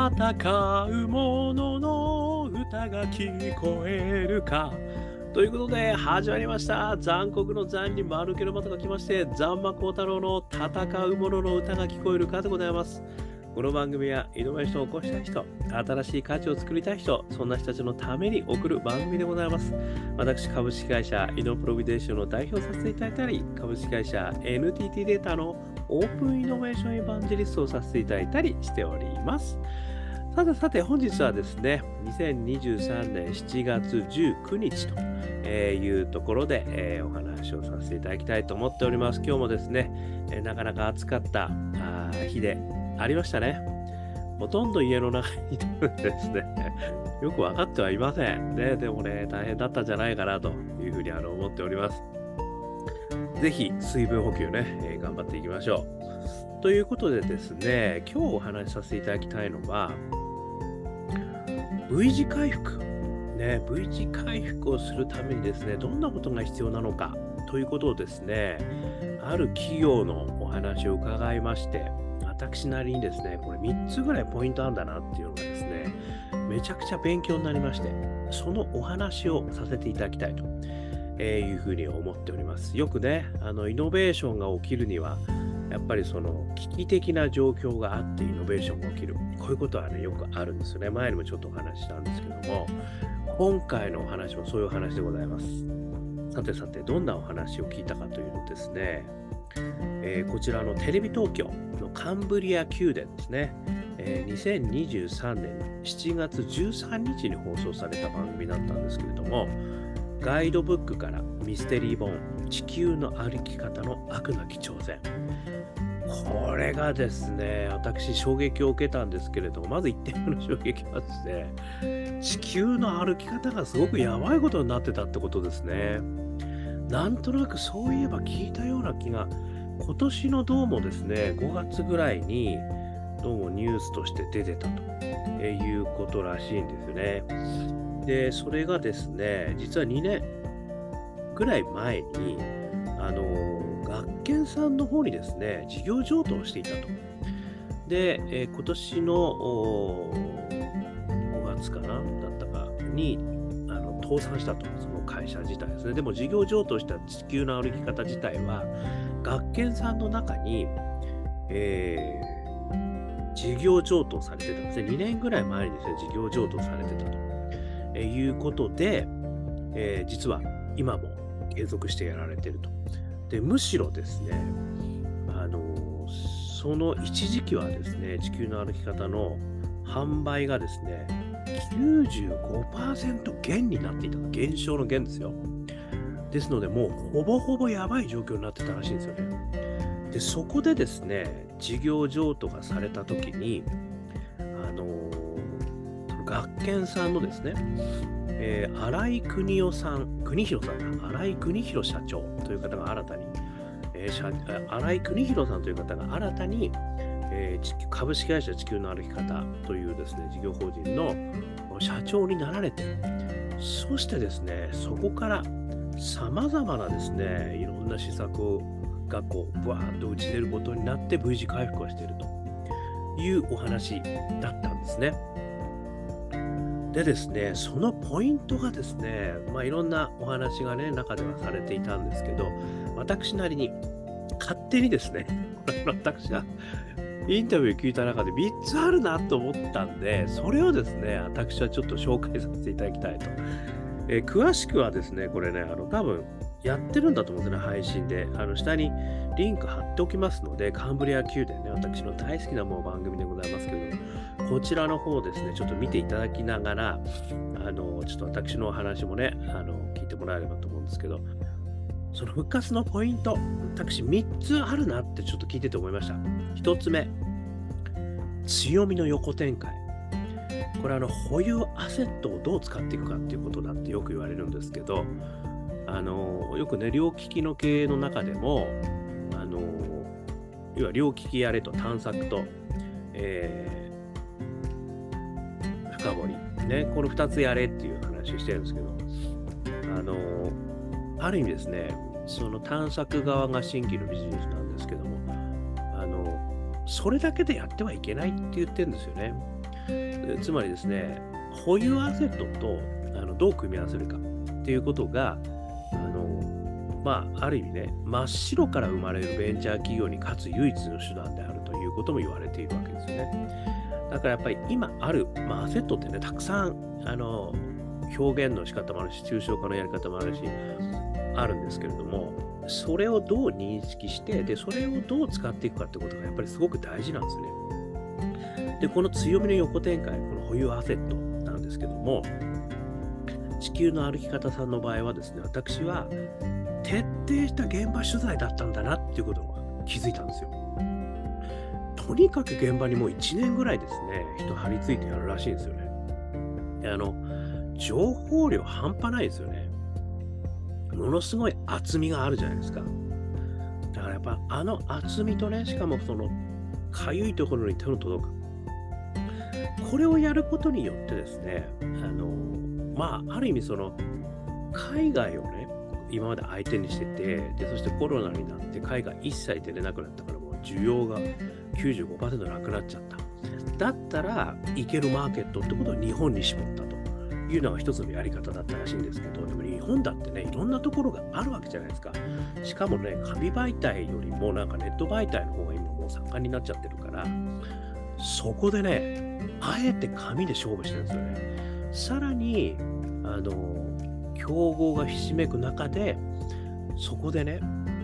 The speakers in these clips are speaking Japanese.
戦う者の歌が聞こえるか。ということで始まりました。残酷の残に丸けの的が来まして、残魔高太郎の戦う者の歌が聞こえるかでございます。この番組はイノベーションを起こしたい人、新しい価値を作りたい人、そんな人たちのために送る番組でございます。私、株式会社イノプロビデーションの代表させていただいたり、株式会社 NTT データのオープンイノベーションエヴァンジェリストをさせていただいたりしております。さて本日はですね、2023年7月19日というところで、お話をさせていただきたいと思っております。今日もですね、なかなか暑かった日でありましたね。ほとんど家の中にいてですね、よく分かってはいません。ね、でもね、大変だったんじゃないかなというふうに思っております。ぜひ水分補給ね、頑張っていきましょう。ということでですね、今日お話しさせていただきたいのは、V 字回復。ね、V 字回復をするためにですね、どんなことが必要なのかということをですね、ある企業のお話を伺いまして、私なりにですね、これ3つぐらいポイントあるんだなっていうのがですね、めちゃくちゃ勉強になりまして、そのお話をさせていただきたいというふうに思っております。よくね、イノベーションが起きるには、やっぱりその危機的な状況があってイノベーションが起きる。こういうことはね、よくあるんですよね。前にもちょっとお話ししたんですけども、今回のお話もそういうお話でございます。さて、どんなお話を聞いたかというとですね、こちらのテレビ東京のカンブリア宮殿ですね、2023年7月13日に放送された番組だったんですけれども、ガイドブックからミステリー本地球の歩き方の悪なき挑戦。これがですね、私衝撃を受けたんですけれども、まず1点目の衝撃はですね、地球の歩き方がすごくやばいことになってたってことですね。なんとなくそういえば聞いたような気が、今年のどうもですね、5月ぐらいにどうもニュースとして出てたということらしいんですよね。で、それがですね、実は2年ぐらい前に、学研さんの方にですね、事業譲渡をしていたと。で、今年の5月かなだったかに倒産したと、その会社自体ですね。でも事業譲渡した地球の歩き方自体は、学研さんの中に、事業譲渡されてたんですね。2年ぐらい前にですね、事業譲渡されてたということで、実は今も継続してやられていると。で、むしろですね、その一時期はですね、地球の歩き方の販売がですね、95% 減になっていたと。減少の減ですよ。ですので、もうほぼほぼやばい状況になってたらしいんですよね。で、そこでですね、事業譲渡がされたときに、学研さんのですね、新井邦弘さん社長という方が新たに、新井邦弘さんという方が新たに、株式会社地球の歩き方というですね、事業法人の社長になられて、そしてですね、そこから様々なですね、いろんな施策がこう、ぶわーっと打ち出ることになって V 字回復をしているというお話だったんですね。でですね、そのポイントがですね、いろんなお話がね、中ではされていたんですけど、私なりに勝手にですね、私はインタビュー聞いた中で3つあるなと思ったんで、それをですね、私はちょっと紹介させていただきたいと。詳しくはですね、これね、多分やってるんだと思うんですね、配信で。下にリンク貼っておきますので、カンブリア宮殿ね、私の大好きなもう番組でございますけれども、こちらの方ですね、ちょっと見ていただきながら、ちょっと私のお話もね、聞いてもらえればと思うんですけど、その復活のポイント、私3つあるなってちょっと聞いてて思いました。1つ目、強みの横展開。これ保有アセットをどう使っていくかっていうことだってよく言われるんですけど、よくね、両利きの経営の中でも、要は両利きやれと探索と、深掘り、ね、この2つやれっていう話をしてるんですけど、ある意味ですね、その探索側が新規のビジネスなんですけども、それだけでやってはいけないって言ってるんですよね。 つまりですね、保有アセットとどう組み合わせるかっていうことが、ある意味ね、真っ白から生まれるベンチャー企業にかつ唯一の手段であるということも言われているわけですよね。だからやっぱり今ある、アセットってね、たくさん表現の仕方もあるし、抽象化のやり方もあるし、あるんですけれども、それをどう認識して、で、それをどう使っていくかってことがやっぱりすごく大事なんですね。で、この強みの横展開、この保有アセットなんですけども、地球の歩き方さんの場合はですね、私は徹底した現場取材だったんだなっていうことを気づいたんですよ。とにかく現場にもう1年ぐらいですね、人張り付いてやるらしいんですよね。で情報量半端ないですよね。ものすごい厚みがあるじゃないですか。だからやっぱ厚みとね、しかもそのかゆいところに手の届く。これをやることによってですね、ある意味その海外をね、今まで相手にしてて、で、そしてコロナになって海外一切出れなくなったからもう需要が 95% なくなっちゃった。だったらいけるマーケットってことを日本に絞ったというのが一つのやり方だったらしいんですけど、でも日本だってね、いろんなところがあるわけじゃないですか。しかもね、紙媒体よりもなんかネット媒体の方が今もう盛んになっちゃってるから、そこでね、あえて紙で勝負してるんですよね。さらに競合がひしめく中で、そこでね、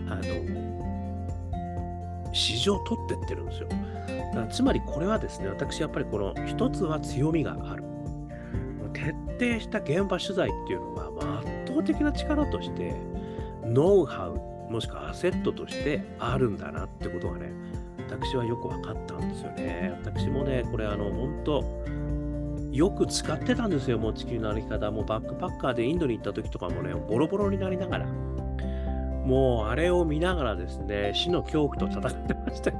市場を取ってってるんですよ。だからつまりこれはですね、私やっぱりこの一つは強みがある。徹底した現場取材っていうのは、圧倒的な力として、ノウハウ、もしくはアセットとしてあるんだなってことがね、私はよく分かったんですよね。私もね、これ本当よく使ってたんですよ、もう地球の歩き方。もうバックパッカーでインドに行った時とかもね、ボロボロになりながら、もうあれを見ながらですね、死の恐怖と戦ってましたよ。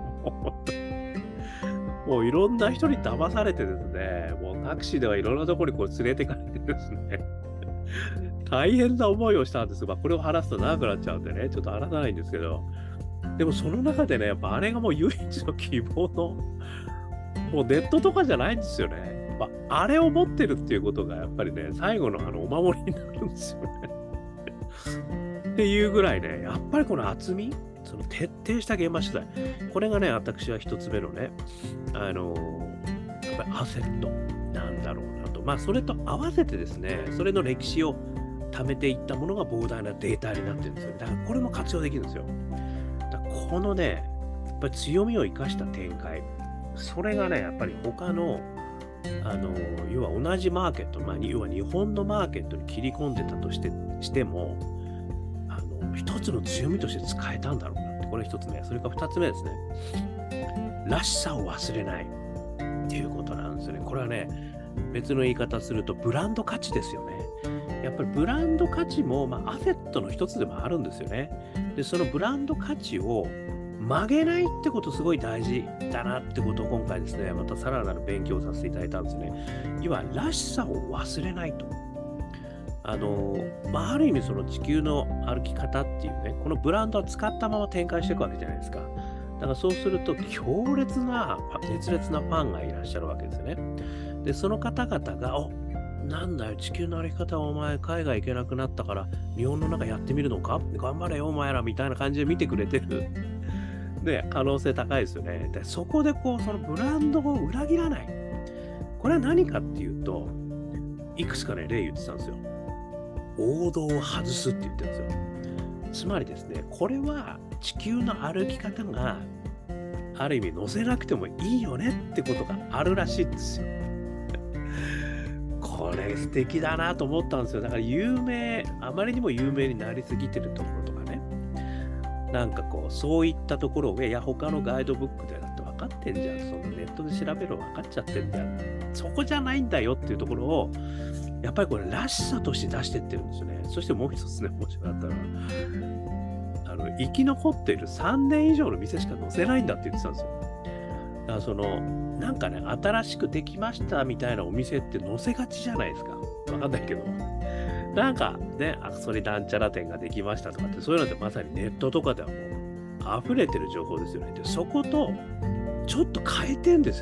もういろんな人に騙されてですね、もうタクシーではいろんなところにこう連れてかれてですね、大変な思いをしたんですが、これを話すと長くなっちゃうんでね、ちょっと話さないんですけど、でもその中でね、やっぱあれがもう唯一の希望の、もうネットとかじゃないんですよね。あれを持ってるっていうことがやっぱりね、最後のお守りになるんですよね。っていうぐらいね、やっぱりこの厚み、その徹底した現場取材、これがね、私は一つ目のね、やっぱりアセットなんだろうなと。それと合わせてですね、それの歴史を貯めていったものが膨大なデータになってるんですよ。だからこれも活用できるんですよ。だからこのね、やっぱり強みを生かした展開、それがね、やっぱり他の要は同じマーケット、要は日本のマーケットに切り込んでたとしても、一つの強みとして使えたんだろうなって、これ一つ目。それから二つ目ですね。らしさを忘れないっていうことなんですよね。これはね、別の言い方するとブランド価値ですよね。やっぱりブランド価値も、アセットの一つでもあるんですよね。で、そのブランド価値を曲げないってことすごい大事だなってことを今回ですね、またさらなる勉強をさせていただいたんですね。要は、らしさを忘れないと。ある意味その地球の歩き方っていうね、このブランドは使ったまま展開していくわけじゃないですか。だからそうすると強烈な、熱烈なファンがいらっしゃるわけですよね。で、その方々が、なんだよ、地球の歩き方はお前海外行けなくなったから日本の中やってみるのか、頑張れよお前らみたいな感じで見てくれてる。で、可能性高いですよね。で、そこでそのブランドを裏切らない。これは何かっていうと、いくつかね、例言ってたんですよ。王道を外すって言ってるんですよ。つまりですね、これは地球の歩き方がある意味載せなくてもいいよねってことがあるらしいんですよ。これ素敵だなと思ったんですよ。だからあまりにも有名になりすぎてるところとかね。なんかそういったところを、他のガイドブックでだって分かってんじゃん。そのネットで調べるの分かっちゃってんじゃん。そこじゃないんだよっていうところを、やっぱりこれらしさとして出してってるんですよね。そしてもう一つね、もしあったら、生き残っている3年以上の店しか載せないんだって言ってたんですよ。だからなんかね、新しくできましたみたいなお店って載せがちじゃないですか。わかんないけど。なんかね、それなんちゃら店ができましたとかって、そういうのってまさにネットとかではもう溢れてる情報ですよね。で、そことちょっと変えてんですよね。で、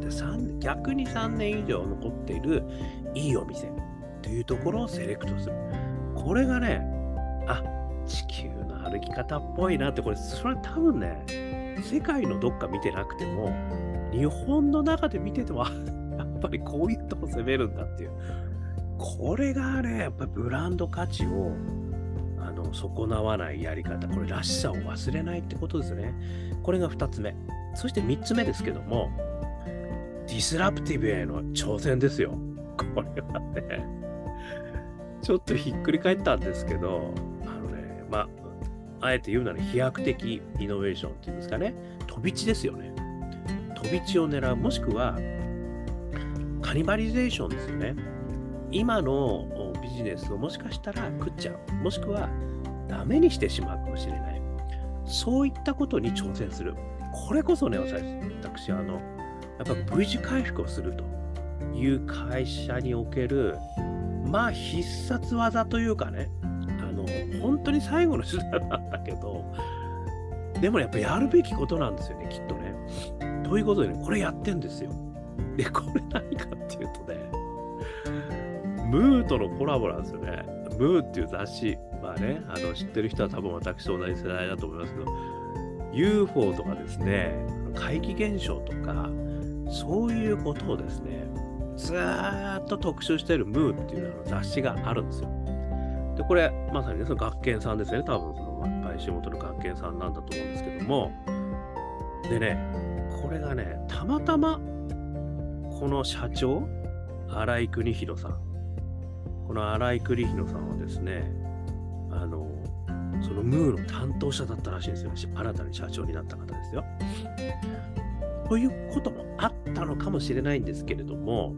って逆に3年以上残っているいいお店というところをセレクトする。これがね、あ、地球の歩き方っぽいなって、それ多分ね、世界のどっか見てなくても、日本の中で見てても、やっぱりこういうとこ攻めるんだっていう。これがね、やっぱりブランド価値を損なわないやり方、これらしさを忘れないってことですね。これが2つ目。そして3つ目ですけども、ディスラプティブへの挑戦ですよ。これはね、ちょっとひっくり返ったんですけど、あえて言うなら飛躍的イノベーションっていうんですかね、飛び地ですよね。飛び地を狙う、もしくはカニバリゼーションですよね。今のビジネスをもしかしたら食っちゃう、もしくはダメにしてしまうかもしれない。そういったことに挑戦する。これこそね、私やっぱ V 字回復をするという会社における、必殺技というかね、本当に最後の手段なんだけど、でもやっぱやるべきことなんですよね、きっとね。ということでね、これやってんですよ。で、これ何かっていうとね、ムーとのコラボなんですよね。ムーっていう雑誌。知ってる人は多分私と同じ世代だと思いますけど、UFO とかですね、怪奇現象とか、そういうことをですね、ずーっと特集しているムーっていう雑誌があるんですよ。で、これ、まさにね、その学研さんですね。多分、買収元の学研さんなんだと思うんですけども。でね、これがね、たまたま、この社長、新井邦弘さん。この新井邦弘さんはですね、そのムーの担当者だったらしいんですよ。新たに社長になった方ですよ。ということもあったのかもしれないんですけれども、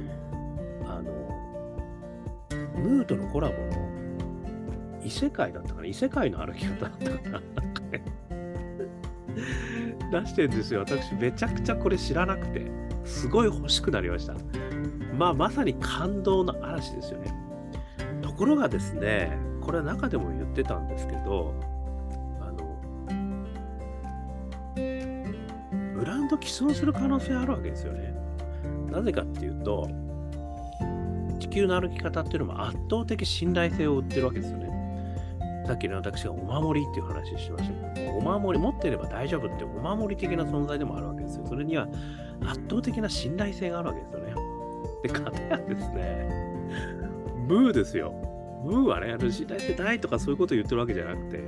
ムーとのコラボの異世界だったかな、異世界の歩き方だったかな、出してるんですよ。私めちゃくちゃこれ知らなくて、すごい欲しくなりました。まさに感動の嵐ですよね。ところがですね、これは中でも言ってたんですけど、ブランド既存する可能性あるわけですよね。なぜかっていうと、地球の歩き方っていうのも圧倒的信頼性を売ってるわけですよね。さっきの私がお守りっていう話をしましたけども、お守り持ってれば大丈夫ってお守り的な存在でもあるわけですよ。それには圧倒的な信頼性があるわけですよね。で、かたやですね、ムーですよ。ムーはね、信頼性ないとかそういうことを言ってるわけじゃなくて、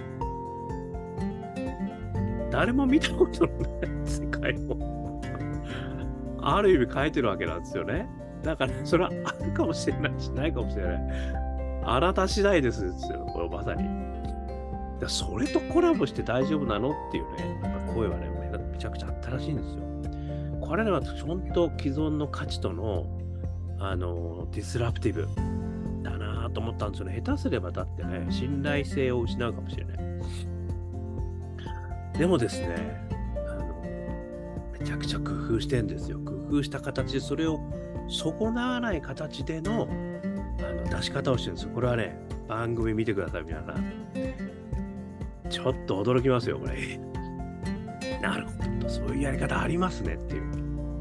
誰も見たことのない世界をある意味変えてるわけなんですよね。だから、それはあるかもしれないし、ないかもしれない。あなた次第ですよ、これまさに。それとコラボして大丈夫なのっていうね、やっぱ声はね、めちゃくちゃあったらしいんですよ。これは本当既存の価値との、ディスラプティブだなと思ったんですよね。下手すればだってね、信頼性を失うかもしれない。でもですね、めちゃくちゃ工夫してんですよ。工夫した形でそれを損なわない形での出し方をしてるんですよ。これはね、番組見てください、皆さん。ちょっと驚きますよ、これ。なるほど、そういうやり方ありますねっていう。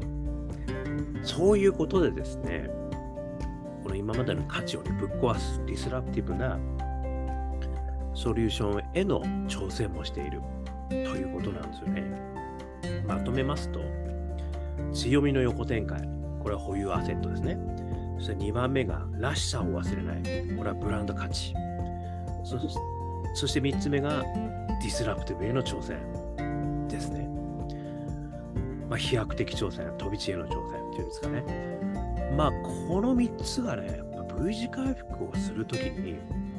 そういうことでですね、この今までの価値を、ね、ぶっ壊すディスラプティブなソリューションへの挑戦もしているということなんですよね。まとめますと、強みの横展開。これは保有アセットですね。そして2番目がらしさを忘れない。これはブランド価値。そして3つ目がディスラプティブへの挑戦ですね。飛躍的挑戦、飛び地への挑戦っていうんですかね。この3つがね、やっぱ V 字回復をするときに、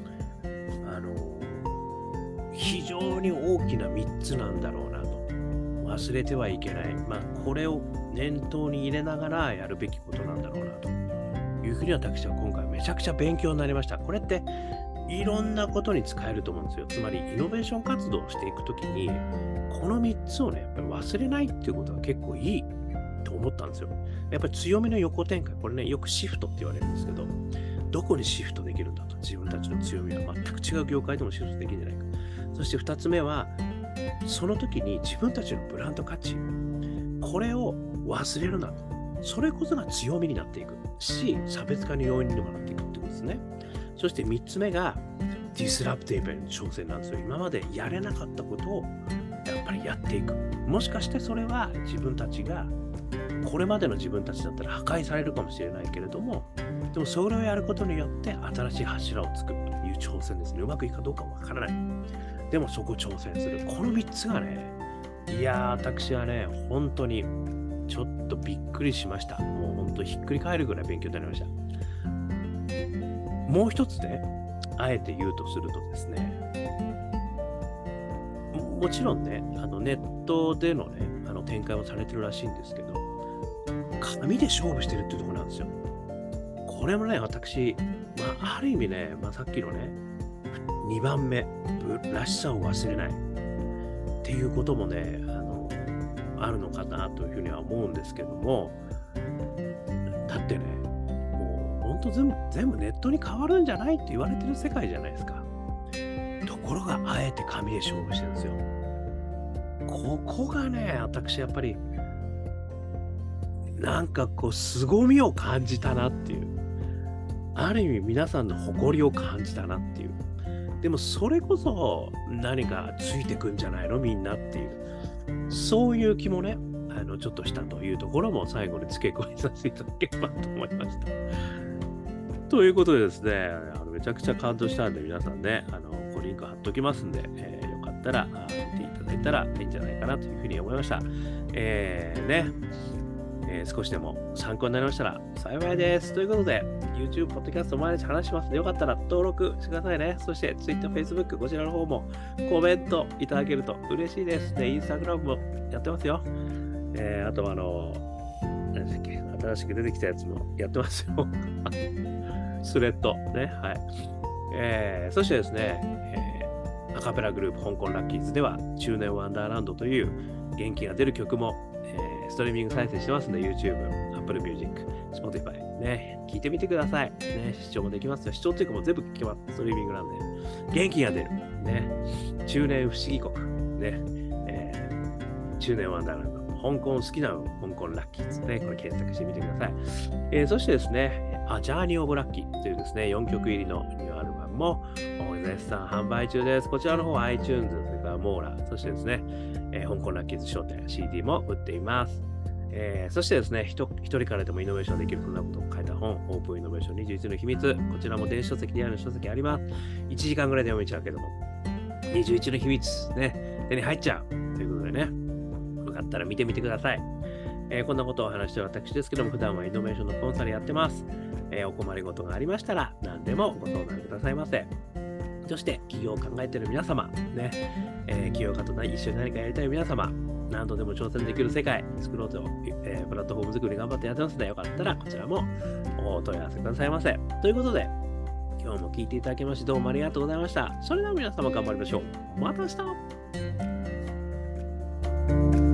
非常に大きな3つなんだろうなと。忘れてはいけない。これを念頭に入れながらやるべきことなんだろうなというふうに私は今回めちゃくちゃ勉強になりました。これっていろんなことに使えると思うんですよ。つまりイノベーション活動をしていくときに、この3つをね、やっぱり忘れないっていうことが結構いいと思ったんですよ。やっぱり強みの横展開、これね、よくシフトって言われるんですけど、どこにシフトできるんだと。自分たちの強みは全く違う業界でもシフトできるんじゃないか。そして2つ目は、その時に自分たちのブランド価値、 これを忘れるなと。それこそが強みになっていくし、差別化の要因にもなっていくってことですね。そして3つ目が、ディスラプティブへの挑戦なんですよ。今までやれなかったことをやっぱりやっていく。もしかしてそれは自分たちが、これまでの自分たちだったら破壊されるかもしれないけれども、でもそれをやることによって新しい柱を作るという挑戦ですね。うまくいくかどうかわからない。でもそこを挑戦する。この3つがね、いやー、私はね、本当にちょっとびっくりしました。もう本当ひっくり返るぐらい勉強になりました。もう一つね、あえて言うとするとですね、もちろんね、ネットでのね、展開もされてるらしいんですけど、紙で勝負してるっていうところなんですよ。これもね、私、ある意味ね、さっきのね、2番目、らしさを忘れないっていうこともね、あるのかなというふうには思うんですけども、だってね、もう本当全部ネットに変わるんじゃないって言われてる世界じゃないですか。ところが、あえて紙で勝負してるんですよ。ここがね、私やっぱり、なんかこう、凄みを感じたなっていう。ある意味皆さんの誇りを感じたなっていう。でもそれこそ何かついてくんじゃないのみんなっていう。そういう気もね、ちょっとしたというところも最後に付け加えさせていただければと思いました。ということでですね、めちゃくちゃ感動したんで皆さんね、リンク貼っときますんで、よかったら見ていただいたらいいんじゃないかなというふうに思いました。少しでも参考になりましたら幸いです。ということで、YouTube、ポッドキャスト毎日話しますので、よかったら登録してくださいね。そして Twitter、Facebook、こちらの方もコメントいただけると嬉しいです。で、Instagram もやってますよ。あとは何でしたっけ、新しく出てきたやつもやってますよ。スレッドね。はい。そしてですね、アカペラグループ香港ラッキーズでは中年ワンダーランドという元気が出る曲もストリーミング再生してますんで、YouTube、Apple Music、Spotify ね、聞いてみてください。ね、視聴もできますよ。視聴というかもう全部聞けます。ストリーミングなんで。元気が出る。ね、中年不思議国。ね、中年ワンダーランド。香港好きな香港ラッキーズね、これ検索してみてください。そしてですね、ジャーニーオブラッキーというですね、4曲入りのニューアルバムも絶賛販売中です。こちらの方は iTunes、それからモーラ、そしてですね、香港ラッキーズ商店 CD も売っています。そしてですね、一人からでもイノベーションできる、そんなことを書いた本、オープンイノベーション21の秘密。こちらも電子書籍、リアルの書籍あります。1時間ぐらいで読めちゃうけども、21の秘密、ね、手に入っちゃう。ということでね、よかったら見てみてください。こんなことを話している私ですけども、普段はイノベーションのコンサルやってます。お困りごとがありましたら、何でもご相談くださいませ。そして、起業を考えている皆様、ね、起業家と一緒に何かやりたい皆様、何度でも挑戦できる世界作ろうと、プラットフォーム作り頑張ってやってますので、よかったらこちらもお問い合わせくださいませ。ということで、今日も聞いていただきましてどうもありがとうございました。それでは皆様頑張りましょう。また明日。